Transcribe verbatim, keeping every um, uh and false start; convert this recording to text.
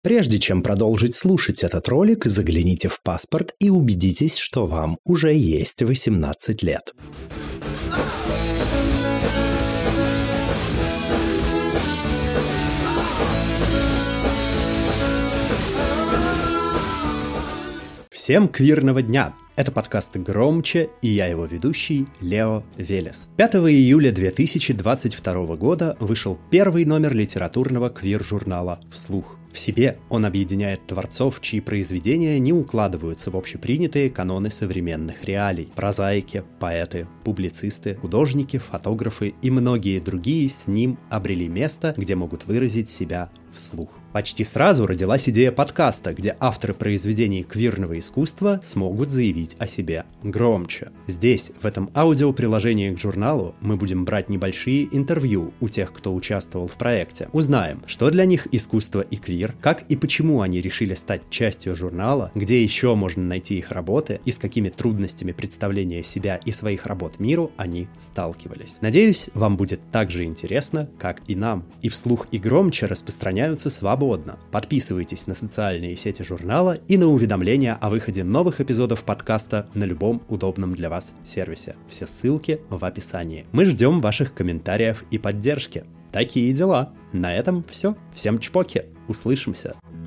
Прежде чем продолжить слушать этот ролик, загляните в паспорт и убедитесь, что вам уже есть восемнадцать лет. Всем квирного дня! Это подкаст «Громче», и я его ведущий Лео Велес. пятого июля две тысячи двадцать второго года вышел первый номер литературного квир-журнала «Вслух». В себе он объединяет творцов, чьи произведения не укладываются в общепринятые каноны современных реалий. Прозаики, поэты, публицисты, художники, фотографы и многие другие с ним обрели место, где могут выразить себя вслух. Почти сразу родилась идея подкаста, где авторы произведений квирного искусства смогут заявить о себе громче. Здесь, в этом аудиоприложении к журналу, мы будем брать небольшие интервью у тех, кто участвовал в проекте. Узнаем, что для них искусство и квир, как и почему они решили стать частью журнала, где еще можно найти их работы и с какими трудностями представления себя и своих работ миру они сталкивались. Надеюсь, вам будет так же интересно, как и нам. И «Вслух» и «Громче» распространяются свободно. Подписывайтесь на социальные сети журнала и на уведомления о выходе новых эпизодов подкаста на любом удобном для вас сервисе. Все ссылки в описании. Мы ждем ваших комментариев и поддержки. Такие дела. На этом все. Всем чпоки. Услышимся.